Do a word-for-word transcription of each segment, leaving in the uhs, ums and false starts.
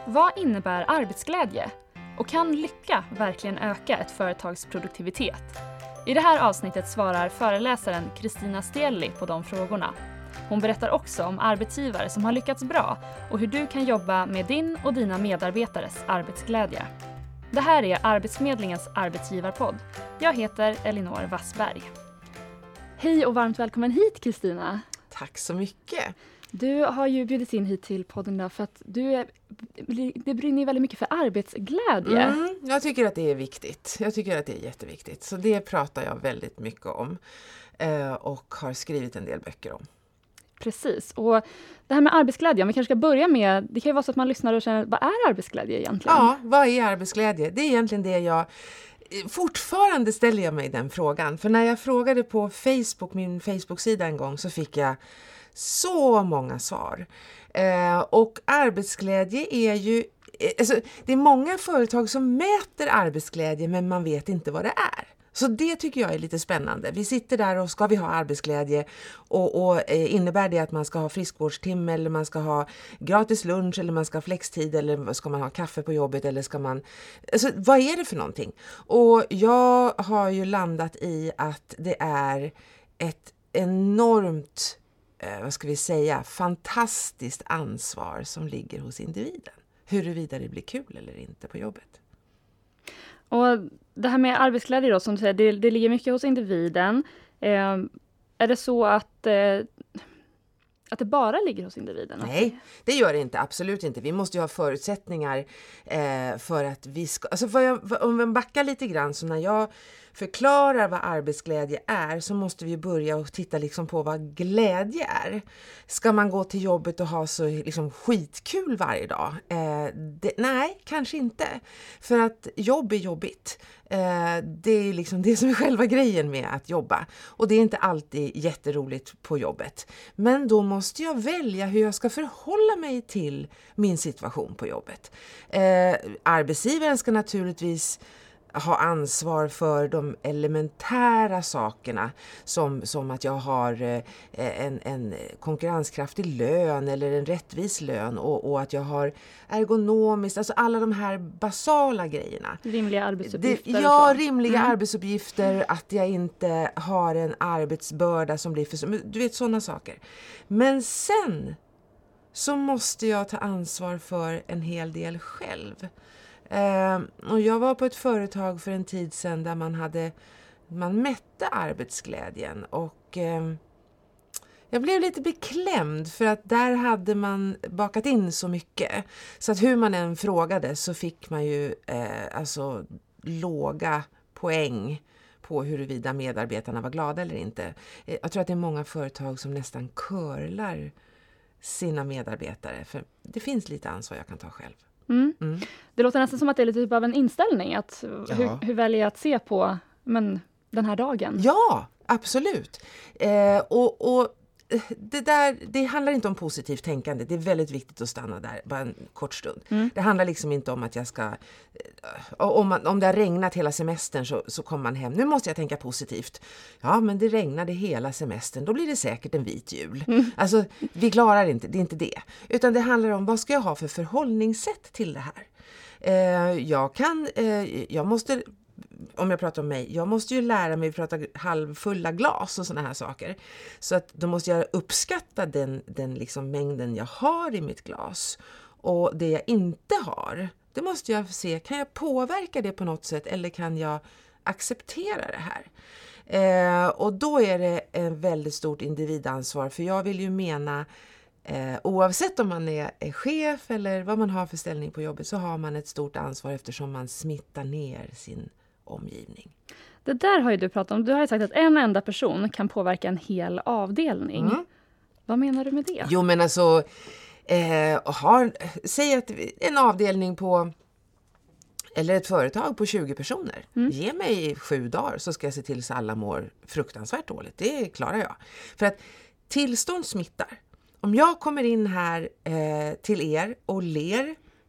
Vad innebär arbetsglädje? Och kan lycka verkligen öka ett företags produktivitet? I det här avsnittet svarar föreläsaren Kristina Stelli på de frågorna. Hon berättar också om arbetsgivare som har lyckats bra och hur du kan jobba med din och dina medarbetares arbetsglädje. Det här är Arbetsförmedlingens arbetsgivarpodd. Jag heter Elinor Wassberg. Hej och varmt välkommen hit, Kristina. Tack så mycket. Du har ju bjudit in hit till podden där för att du är, det brinner väldigt mycket för arbetsglädje. Mm, jag tycker att det är viktigt. Jag tycker att det är jätteviktigt. Så det pratar jag väldigt mycket om eh, och har skrivit en del böcker om. Precis. Och det här med arbetsglädje, om vi kanske ska börja med, det kan ju vara så att man lyssnar och känner, vad är arbetsglädje egentligen? Ja, vad är arbetsglädje? Det är egentligen det jag... Fortfarande ställer jag mig den frågan. För när jag frågade på Facebook, min Facebook-sida en gång, så fick jag så många svar. Eh, och arbetsglädje är ju... Alltså, det är många företag som mäter arbetsglädje, men man vet inte vad det är. Så det tycker jag är lite spännande. Vi sitter där och ska vi ha arbetsglädje och, och eh, innebär det att man ska ha friskvårdstimme eller man ska ha gratis lunch eller man ska ha flextid eller ska man ha kaffe på jobbet eller ska man... Alltså vad är det för någonting? Och jag har ju landat i att det är ett enormt, eh, vad ska vi säga, fantastiskt ansvar som ligger hos individen. Huruvida det blir kul eller inte på jobbet. Och det här med arbetsglädje då, som du säger, det, det ligger mycket hos individen. Eh, är det så att, eh, att det bara ligger hos individen? Nej, det gör det inte. Absolut inte. Vi måste ju ha förutsättningar eh, för att vi ska... Alltså för jag, om vi backar lite grann, så när jag förklarar vad arbetsglädje är så måste vi börja och titta liksom på vad glädje är. Ska man gå till jobbet och ha så liksom skitkul varje dag? Eh, det, nej, kanske inte. För att jobb är jobbigt. Eh, det är liksom det som är själva grejen med att jobba. Och det är inte alltid jätteroligt på jobbet. Men då måste jag välja hur jag ska förhålla mig till min situation på jobbet. Eh, arbetsgivaren ska naturligtvis ha ansvar för de elementära sakerna som, som att jag har eh, en, en konkurrenskraftig lön eller en rättvis lön och, och att jag har ergonomiskt, alltså alla de här basala grejerna. Rimliga arbetsuppgifter. Det, ja, och så. rimliga mm. arbetsuppgifter, att jag inte har en arbetsbörda som blir för... Du vet, sådana saker. Men sen så måste jag ta ansvar för en hel del själv. Uh, och jag var på ett företag för en tid sedan där man hade man mätte arbetsglädjen och uh, jag blev lite beklämd för att där hade man bakat in så mycket så att hur man än frågade så fick man ju uh, alltså låga poäng på huruvida medarbetarna var glada eller inte. Uh, jag tror att det är många företag som nästan körlar sina medarbetare, för det finns lite ansvar jag kan ta själv. Mm. Mm. Det låter nästan som att det är lite typ av en inställning. Att Ja. hur, hur väljer jag att se på men, den här dagen? Ja, absolut. Eh, och, och det där, det handlar inte om positivt tänkande. Det är väldigt viktigt att stanna där bara en kort stund. Mm. Det handlar liksom inte om att jag ska... Om, man, om det har regnat hela semestern så, så kommer man hem. Nu måste jag tänka positivt. Ja, men det regnade hela semestern. Då blir det säkert en vit jul. Mm. Alltså, vi klarar inte. Det är inte det. Utan det handlar om vad ska jag ha för förhållningssätt till det här. Eh, jag kan... Eh, jag måste... Om jag pratar om mig, jag måste ju lära mig att prata halvfulla glas och såna här saker. Så att då måste jag uppskatta den, den liksom mängden jag har i mitt glas. Och det jag inte har, det måste jag se, kan jag påverka det på något sätt eller kan jag acceptera det här? Eh, och då är det ett väldigt stort individansvar, för jag vill ju mena Eh, oavsett om man är, är chef eller vad man har för ställning på jobbet, så har man ett stort ansvar eftersom man smittar ner sin omgivning. Det där har ju du pratat om. Du har ju sagt att en enda person kan påverka en hel avdelning. Mm. Vad menar du med det? Jo, men alltså eh, har, säg att en avdelning på eller ett företag på tjugo personer. Mm. Ge mig sju dagar så ska jag se till så alla mår fruktansvärt dåligt. Det klarar jag. För att tillstånd smittar. Om jag kommer in här eh, till er och ler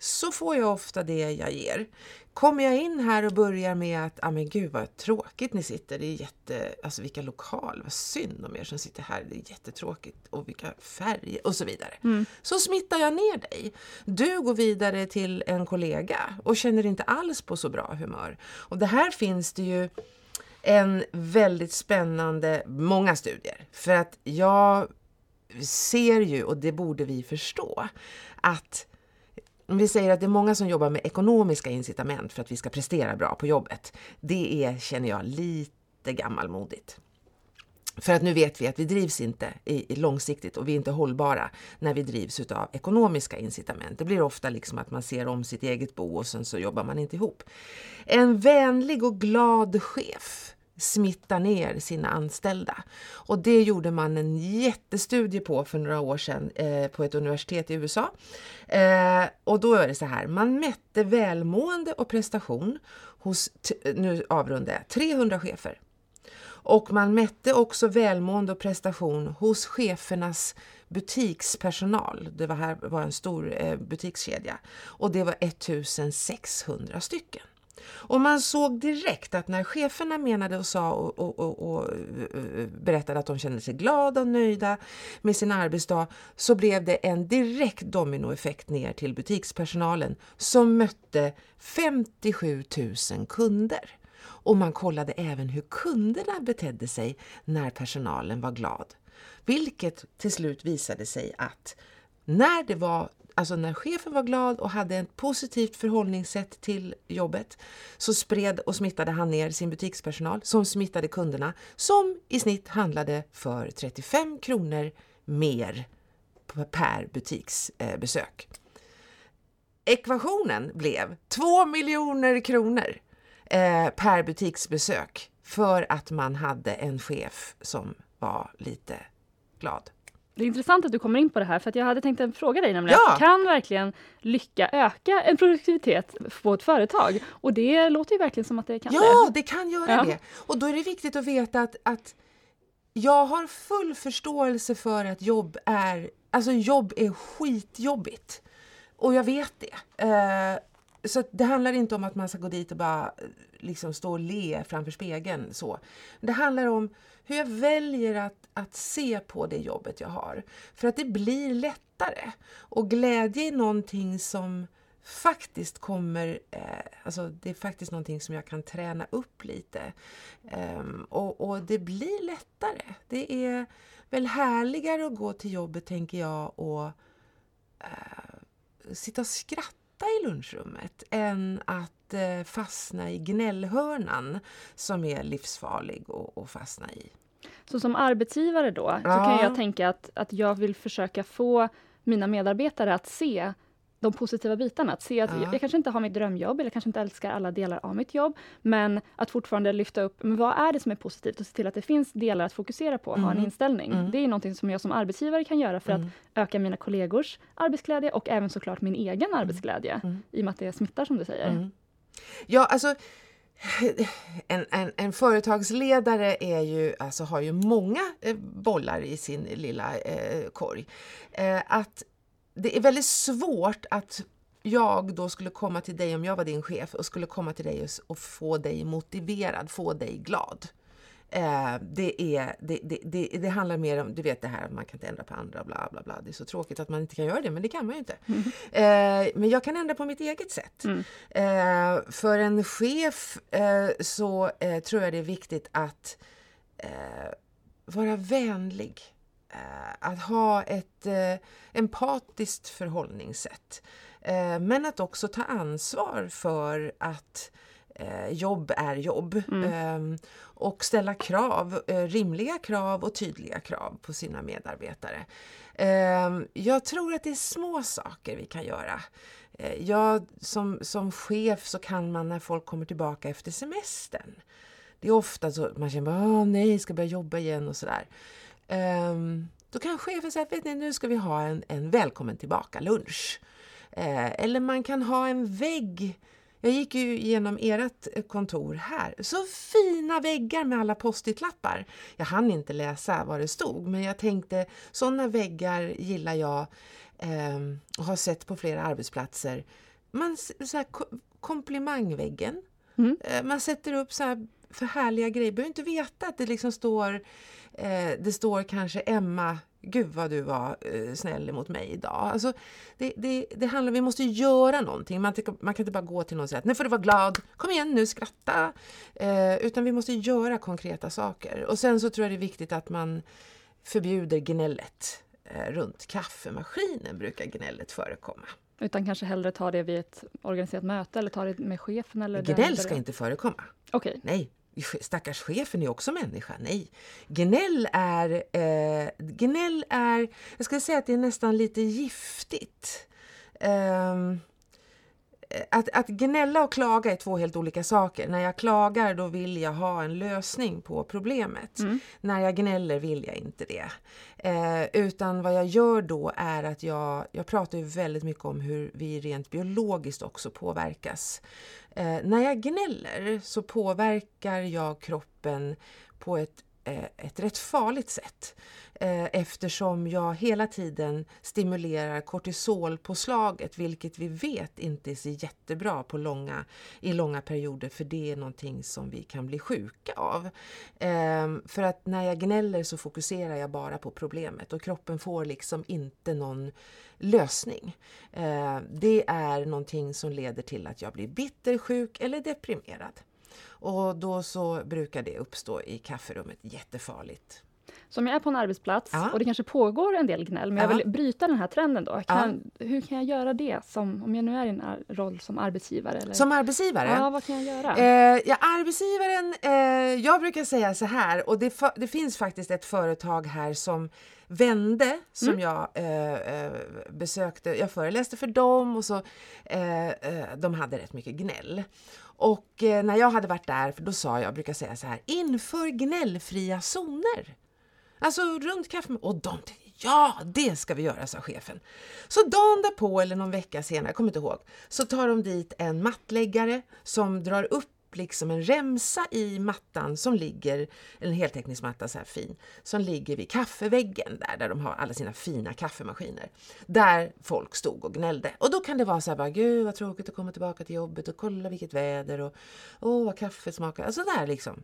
så får jag ofta det jag ger. Kommer jag in här och börjar med att, ja ah, men gud vad tråkigt ni sitter, det är jätte, alltså vilka lokal, vad synd om er som sitter här, det är jättetråkigt och vilka färger och så vidare. Mm. Så smittar jag ner dig. Du går vidare till en kollega och känner inte alls på så bra humör. Och det här finns det ju en väldigt spännande, många studier. För att jag ser ju, och det borde vi förstå, att om vi säger att det är många som jobbar med ekonomiska incitament för att vi ska prestera bra på jobbet. Det är, känner jag, lite gammalmodigt. För att nu vet vi att vi drivs inte i, i långsiktigt och vi är inte hållbara när vi drivs av ekonomiska incitament. Det blir ofta liksom att man ser om sitt eget bo och sen så jobbar man inte ihop. En vänlig och glad chef smittar ner sina anställda. Och det gjorde man en jättestudie på för några år sedan eh, på ett universitet i U S A. Eh, och då är det så här, man mätte välmående och prestation hos, t- nu avrundar jag, trehundra chefer. Och man mätte också välmående och prestation hos chefernas butikspersonal. Det var här var en stor eh, butikskedja. Och det var ettusensexhundra stycken. Och man såg direkt att när cheferna menade och sa och, och, och, och berättade att de kände sig glada och nöjda med sin arbetsdag, så blev det en direkt dominoeffekt ner till butikspersonalen som mötte femtiosju tusen kunder. Och man kollade även hur kunderna betedde sig när personalen var glad. Vilket till slut visade sig att när det var Alltså när chefen var glad och hade ett positivt förhållningssätt till jobbet, så spred och smittade han ner sin butikspersonal som smittade kunderna, som i snitt handlade för trettiofem kronor mer per butiksbesök. Ekvationen blev två miljoner kronor per butiksbesök för att man hade en chef som var lite glad. Det är intressant att du kommer in på det här, för att jag hade tänkt att fråga dig nämligen, ja. kan verkligen lycka öka en produktivitet på ett företag? Och det låter ju verkligen som att det kan. Ja, det, det kan göra ja. det. Och då är det viktigt att veta att, att jag har full förståelse för att jobb är, alltså jobb är skitjobbigt. Och jag vet det. Eh, så det handlar inte om att man ska gå dit och bara liksom stå och le framför spegeln. Så. Det handlar om hur jag väljer att, att se på det jobbet jag har. För att det blir lättare. Och glädje är någonting som faktiskt kommer, eh, alltså det är faktiskt någonting som jag kan träna upp lite. Um, och, och det blir lättare. Det är väl härligare att gå till jobbet, tänker jag, och uh, sitta och skratta i lunchrummet än att eh, fastna i gnällhörnan som är livsfarlig att, att fastna i. Så som arbetsgivare då, ja. så kan jag tänka att, att jag vill försöka få mina medarbetare att se de positiva bitarna. Att se att ja. jag, jag kanske inte har mitt drömjobb, eller kanske inte älskar alla delar av mitt jobb, men att fortfarande lyfta upp, men vad är det som är positivt, och se till att det finns delar att fokusera på, mm. ha en inställning. Mm. Det är någonting som jag som arbetsgivare kan göra för mm. att öka mina kollegors arbetsglädje och även såklart min egen mm. arbetsglädje, mm. i och med att det smittar, som du säger. Mm. Ja, alltså En, en, en företagsledare är ju, alltså, har ju många eh, bollar i sin lilla eh, korg. Eh, att det är väldigt svårt att jag då skulle komma till dig, om jag var din chef, och skulle komma till dig och, och få dig motiverad, få dig glad. Eh, det, är, det, det, det, det handlar mer om, du vet det här, man kan inte ändra på andra, bla bla bla. Det är så tråkigt att man inte kan göra det, men det kan man ju inte. Mm. Eh, men jag kan ändra på mitt eget sätt. Mm. Eh, för en chef eh, så eh, tror jag det är viktigt att eh, vara vänlig. Eh, att ha ett eh, empatiskt förhållningssätt. Eh, men att också ta ansvar för att Eh, jobb är jobb. Mm. Eh, och ställa krav, eh, rimliga krav och tydliga krav på sina medarbetare. Eh, jag tror att det är små saker vi kan göra. Eh, jag, som, som chef så kan man, när folk kommer tillbaka efter semestern, det är ofta så man känner, åh nej, ska börja jobba igen och sådär. Eh, då kan chefen säga, vet ni, nu ska vi ha en, en välkommen tillbaka lunch. Eh, eller man kan ha en vägg. Jag gick ju igenom ert kontor här. Så fina väggar med alla post-it-lappar. Jag hann inte läsa vad det stod, men jag tänkte, sådana väggar gillar jag eh, och har sett på flera arbetsplatser. man så här, komplimangväggen. Mm. Man sätter upp så här för härliga grejer. Behöver inte veta att det liksom står eh, det står kanske Emma, gud vad du var eh, snäll mot mig idag. Alltså, det, det, det handlar, vi måste göra någonting. Man, man kan inte bara gå till någon och säga, nu får du vara glad, kom igen nu, skratta. Eh, utan vi måste göra konkreta saker. Och sen så tror jag det är viktigt att man förbjuder gnället. Eh, runt kaffemaskinen brukar gnället förekomma. Utan kanske hellre ta det vid ett organiserat möte eller ta det med chefen? Eller gnäll ska inte förekomma. Okej. Nej. Stackars chefen är också människa. Nej. Gnäll är, eh, gnäll är, jag ska säga att det är nästan lite giftigt. Eh, att, att gnälla och klaga är två helt olika saker. När jag klagar då vill jag ha en lösning på problemet. Mm. När jag gnäller vill jag inte det. Eh, utan vad jag gör då är att jag, jag pratar ju väldigt mycket om hur vi rent biologiskt också påverkas. Eh, när jag gnäller så påverkar jag kroppen på ett, eh, ett rätt farligt sätt. Eh, eftersom jag hela tiden stimulerar kortisolpåslaget, vilket vi vet inte är så jättebra på långa, i långa perioder, för det är någonting som vi kan bli sjuka av. Eh, för att när jag gnäller så fokuserar jag bara på problemet och kroppen får liksom inte någon lösning. Eh, det är någonting som leder till att jag blir bittersjuk eller deprimerad. Och då så brukar det uppstå i kafferummet, jättefarligt. Så om jag är på en arbetsplats ja. och det kanske pågår en del gnäll, men jag ja. vill bryta den här trenden då. Kan, ja. Hur kan jag göra det som, om jag nu är i en roll som arbetsgivare? Eller? Som arbetsgivare? Ja, vad kan jag göra? Eh, ja, arbetsgivaren, eh, jag brukar säga så här, och det, det finns faktiskt ett företag här som vände, som mm. jag eh, besökte, jag föreläste för dem och så eh, eh, de hade rätt mycket gnäll. Och eh, när jag hade varit där, för då sa jag, jag brukar säga så här, inför gnällfria zoner. Alltså runt kaffe. Och de ja, det ska vi göra, sa chefen. Så dagen därpå eller någon vecka senare, jag kommer inte ihåg, så tar de dit en mattläggare som drar upp liksom en remsa i mattan som ligger, en heltäckningsmatta så här fin, som ligger vid kaffeväggen där, där de har alla sina fina kaffemaskiner. Där folk stod och gnällde. Och då kan det vara så här, bara, gud vad tråkigt att komma tillbaka till jobbet och kolla vilket väder och åh vad kaffe smakar. Alltså där liksom.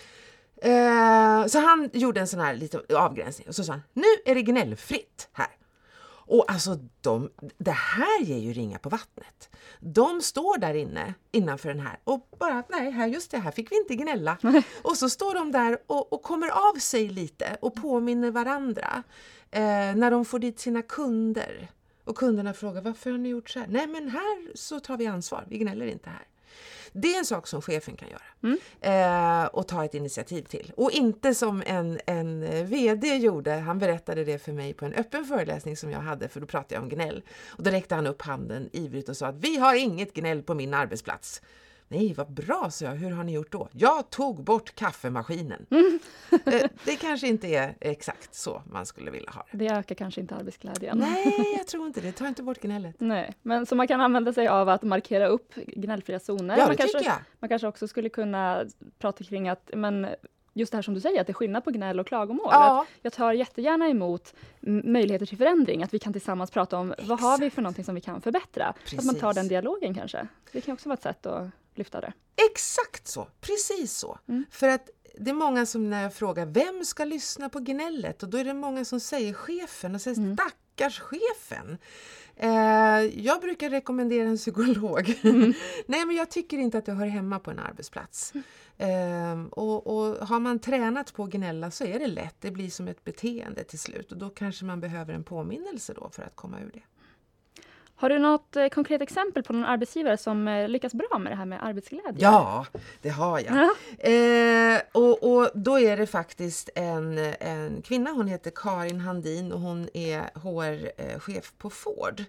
Uh, så han gjorde en sån här liten avgränsning och så sa han, nu är det gnällfritt här. Och alltså, de, det här ger ju ringa på vattnet. De står där inne innanför den här och bara, nej, här, just det, här fick vi inte gnälla. Och så står de där och, och kommer av sig lite och påminner varandra eh, när de får dit sina kunder. Och kunderna frågar, varför har ni gjort så här? Nej, men här så tar vi ansvar, vi gnäller inte här. Det är en sak som chefen kan göra mm. eh, och ta ett initiativ till. Och inte som en, en vd gjorde, han berättade det för mig på en öppen föreläsning som jag hade, för då pratade jag om gnäll. Och då räckte han upp handen ivrigt och sa att vi har inget gnäll på min arbetsplats. Nej, vad bra, så jag. Hur har ni gjort då? Jag tog bort kaffemaskinen. Mm. Det kanske inte är exakt så man skulle vilja ha det. Det ökar kanske inte arbetsglädjen. Nej, jag tror inte det. Ta inte bort gnället. Nej, men så man kan använda sig av att markera upp gnällfria zoner. Ja, det man tycker kanske, jag. Man kanske också skulle kunna prata kring att, men just det här som du säger, att det är skillnad på gnäll och klagomål. Ja. Att jag tar jättegärna emot möjligheter till förändring. Att vi kan tillsammans prata om Exakt. Vad har vi för någonting som vi kan förbättra. Precis. Att man tar den dialogen kanske. Det kan också vara ett sätt att lyfta det. Exakt så, precis så. Mm. För att det är många som när jag frågar, vem ska lyssna på gnället? Och då är det många som säger chefen och säger mm. stackars chefen. Eh, jag brukar rekommendera en psykolog. Mm. Nej, men jag tycker inte att det hör hemma på en arbetsplats. Mm. Eh, och, och har man tränat på att gnälla så är det lätt. Det blir som ett beteende till slut. Och då kanske man behöver en påminnelse då för att komma ur det. Har du något eh, konkret exempel på någon arbetsgivare som eh, lyckas bra med det här med arbetsglädje? Ja, det har jag. Ja. Eh, och, och då är det faktiskt en, en kvinna, hon heter Karin Handin och hon är H R-chef på Ford.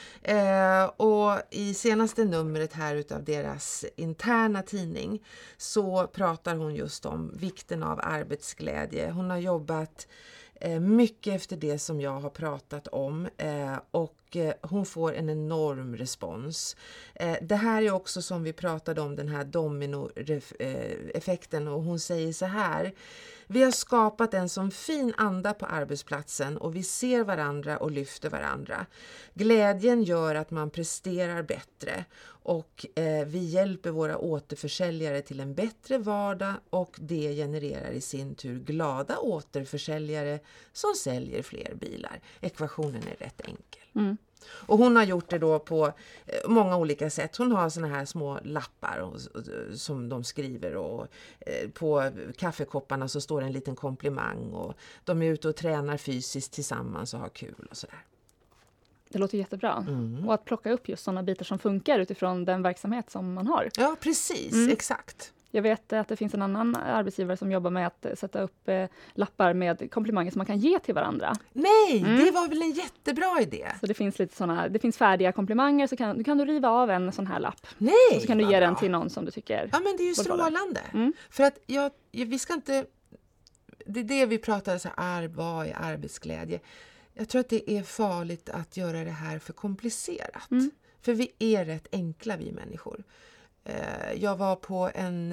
Eh, och i senaste numret här utav deras interna tidning så pratar hon just om vikten av arbetsglädje. Hon har jobbat mycket efter det som jag har pratat om eh, och och eh, hon får en enorm respons. Eh, det här är också som vi pratade om, den här dominoeffekten, och hon säger så här: vi har skapat en sån fin anda på arbetsplatsen och vi ser varandra och lyfter varandra. Glädjen gör att man presterar bättre och eh, vi hjälper våra återförsäljare till en bättre vardag, och det genererar i sin tur glada återförsäljare som säljer fler bilar. Ekvationen är rätt enkel. Mm. Och hon har gjort det då på eh, många olika sätt. Hon har såna här små lappar och, och, som de skriver, och eh, på kaffekopparna så står en liten komplimang, och de är ute och tränar fysiskt tillsammans och har kul och sådär. Det låter jättebra. Mm. Och att plocka upp just sådana bitar som funkar utifrån den verksamhet som man har. Ja, precis. Mm. Exakt. Jag vet att det finns en annan arbetsgivare som jobbar med att sätta upp eh, lappar med komplimanger som man kan ge till varandra. Nej, mm. det var väl en jättebra idé. Så det finns lite såna, det finns färdiga komplimanger, så kan, du kan du riva av en sån här lapp. Nej, och så kan du ge bra. den till någon som du tycker. Ja, men det är ju strålande. Mm. För att jag, vi ska inte, det är det vi pratar så här, vad är arbetsglädje? Jag tror att det är farligt att göra det här för komplicerat. Mm. För vi är rätt enkla, vi människor. Jag var på en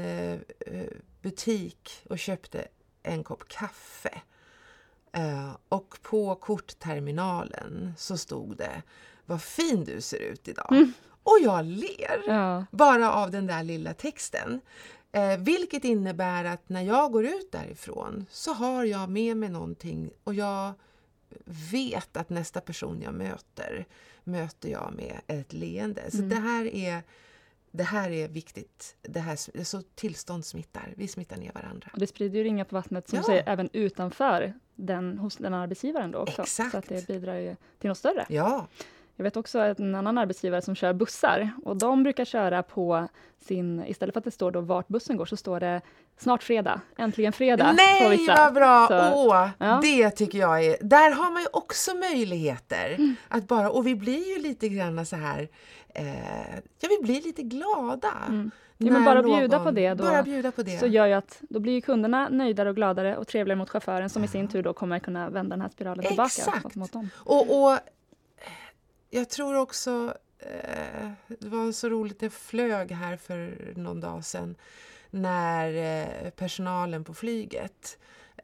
butik och köpte en kopp kaffe. Och på kortterminalen så stod det: vad fin du ser ut idag. Mm. Och jag ler. Ja. Bara av den där lilla texten. Vilket innebär att när jag går ut därifrån så har jag med mig någonting, och jag vet att nästa person jag möter möter jag med ett leende. Så mm. det här är Det här är viktigt. Det här är så tillstånd smittar. Vi smittar ner varandra. Och det sprider ju ringar på vattnet, som ja. säger, även utanför den, hos den arbetsgivaren då också. Exakt. Så att det bidrar ju till något större. Ja. Jag vet också en annan arbetsgivare som kör bussar. Och de brukar köra på sin, istället för att det står då vart bussen går, så står det snart fredag. Äntligen fredag. Nej, på vissa. vad bra! Så, Åh, ja. Det tycker jag är... Där har man ju också möjligheter. Mm. Att bara, och vi blir ju lite grann så här... Eh, ja, vi blir lite glada. Mm. Ja, men bara bjuda på det då, bara bjuda på det. Så gör ju att då blir ju kunderna nöjdare och gladare och trevligare mot chauffören, som i sin tur då kommer kunna vända den här spiralen tillbaka. Exakt. Mot dem. Och, och jag tror också eh, det var så roligt, det flög här för någon dag sedan när eh, personalen på flyget,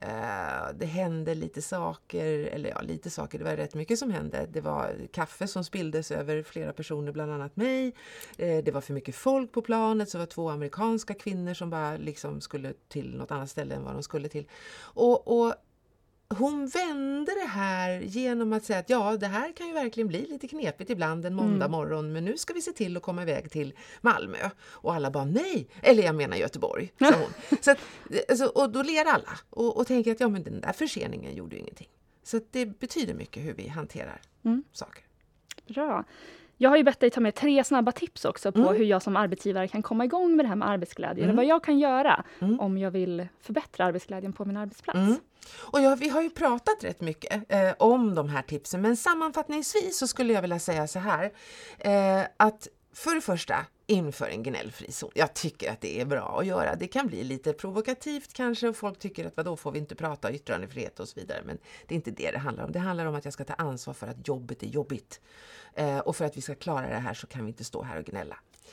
Uh, det hände lite saker, eller ja, lite saker, det var rätt mycket som hände. Det var kaffe som spilldes över flera personer, bland annat mig. Uh, det var för mycket folk på planet, så det var två amerikanska kvinnor som bara liksom skulle till något annat ställe än vad de skulle till. Och, och hon vände det här genom att säga att ja, det här kan ju verkligen bli lite knepigt ibland en måndag mm. morgon, men nu ska vi se till att komma iväg till Malmö. Och alla bara nej, eller jag menar Göteborg, sa hon. Så att, alltså, och då ler alla och, och tänker att ja, men den där förseningen gjorde ju ingenting. Så att det betyder mycket hur vi hanterar mm. saker. Bra. Jag har ju bett dig ta med tre snabba tips också på mm. hur jag som arbetsgivare kan komma igång med det här med arbetsglädje. Mm. Eller vad jag kan göra mm. om jag vill förbättra arbetsglädjen på min arbetsplats. Mm. Och ja, vi har ju pratat rätt mycket eh, om de här tipsen. Men sammanfattningsvis så skulle jag vilja säga så här. Eh, att för det första, inför en gnällfri zon. Jag tycker att det är bra att göra. Det kan bli lite provokativt kanske. Och folk tycker att vadå, får vi inte prata yttrandefrihet och så vidare. Men det är inte det det handlar om. Det handlar om att jag ska ta ansvar för att jobbet är jobbigt. Eh, och för att vi ska klara det här så kan vi inte stå här och gnälla.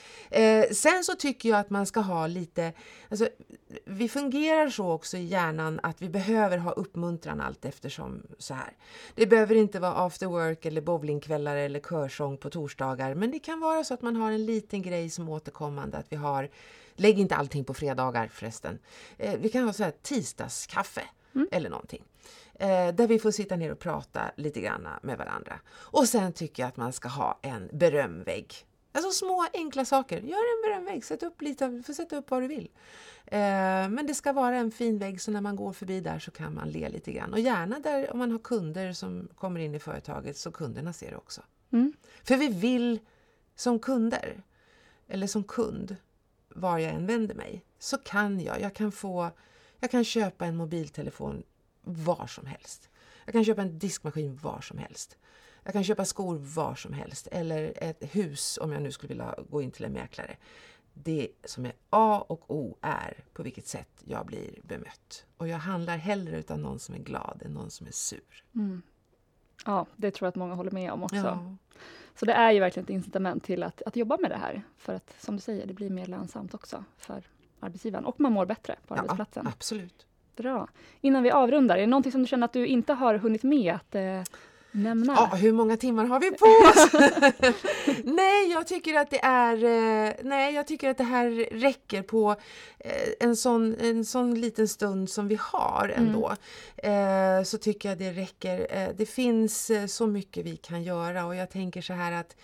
Eh, sen så tycker jag att man ska ha lite, alltså, vi fungerar så också i hjärnan att vi behöver ha uppmuntran allt eftersom så här. Det behöver inte vara after work eller bowlingkvällar eller körsång på torsdagar, men det kan vara så att man har en liten grej som återkommande, att vi har, lägg inte allting på fredagar förresten. Eh, vi kan ha så här tisdagskaffe mm. eller någonting. Eh, där vi får sitta ner och prata lite grann med varandra. Och sen tycker jag att man ska ha en berömvägg. Alltså små enkla saker. Gör en berömvägg. Sätt upp lite, får sätta upp vad du vill. Eh, men det ska vara en fin vägg, så när man går förbi där så kan man le lite grann. Och gärna där om man har kunder som kommer in i företaget, så kunderna ser det också. Mm. För vi vill som kunder, eller som kund, var jag än vänder mig, så kan jag, jag kan få, jag kan köpa en mobiltelefon var som helst. Jag kan köpa en diskmaskin var som helst. Jag kan köpa skor var som helst. Eller ett hus om jag nu skulle vilja gå in till en mäklare. Det som är A och O är på vilket sätt jag blir bemött. Och jag handlar hellre utan någon som är glad än någon som är sur. Mm. Ja, det tror jag att många håller med om också. Ja. Så det är ju verkligen ett incitament till att, att jobba med det här. För att, som du säger, det blir mer lönsamt också för arbetsgivaren. Och man mår bättre på arbetsplatsen. Ja, absolut. Bra. Innan vi avrundar, är det någonting som du känner att du inte har hunnit med att eh, nämna? Ja, hur många timmar har vi på oss? nej, jag tycker att det är eh, nej, jag tycker att det här räcker på eh, en sån en sån liten stund som vi har ändå. Mm. Eh, så tycker jag det räcker. Eh, det finns eh, så mycket vi kan göra och jag tänker så här att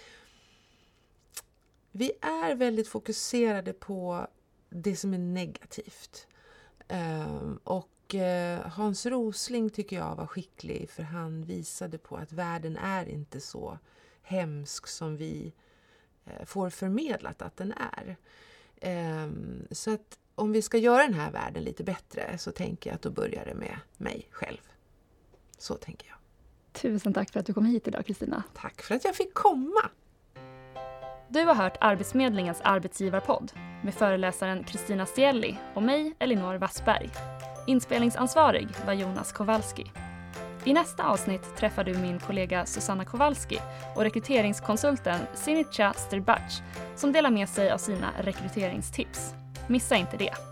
vi är väldigt fokuserade på det som är negativt. Eh, och Hans Rosling tycker jag var skicklig för han visade på att världen är inte så hemsk som vi får förmedlat att den är. Så att om vi ska göra den här världen lite bättre så tänker jag att då börjar det med mig själv. Så tänker jag. Tusen tack för att du kom hit idag, Kristina. Tack för att jag fick komma. Du har hört Arbetsförmedlingens arbetsgivarpodd med föreläsaren Kristina Stielli och mig, Elinor Wassberg. Inspelningsansvarig var Jonas Kowalski. I nästa avsnitt träffar du min kollega Susanna Kowalski och rekryteringskonsulten Sinica Strbac som delar med sig av sina rekryteringstips. Missa inte det!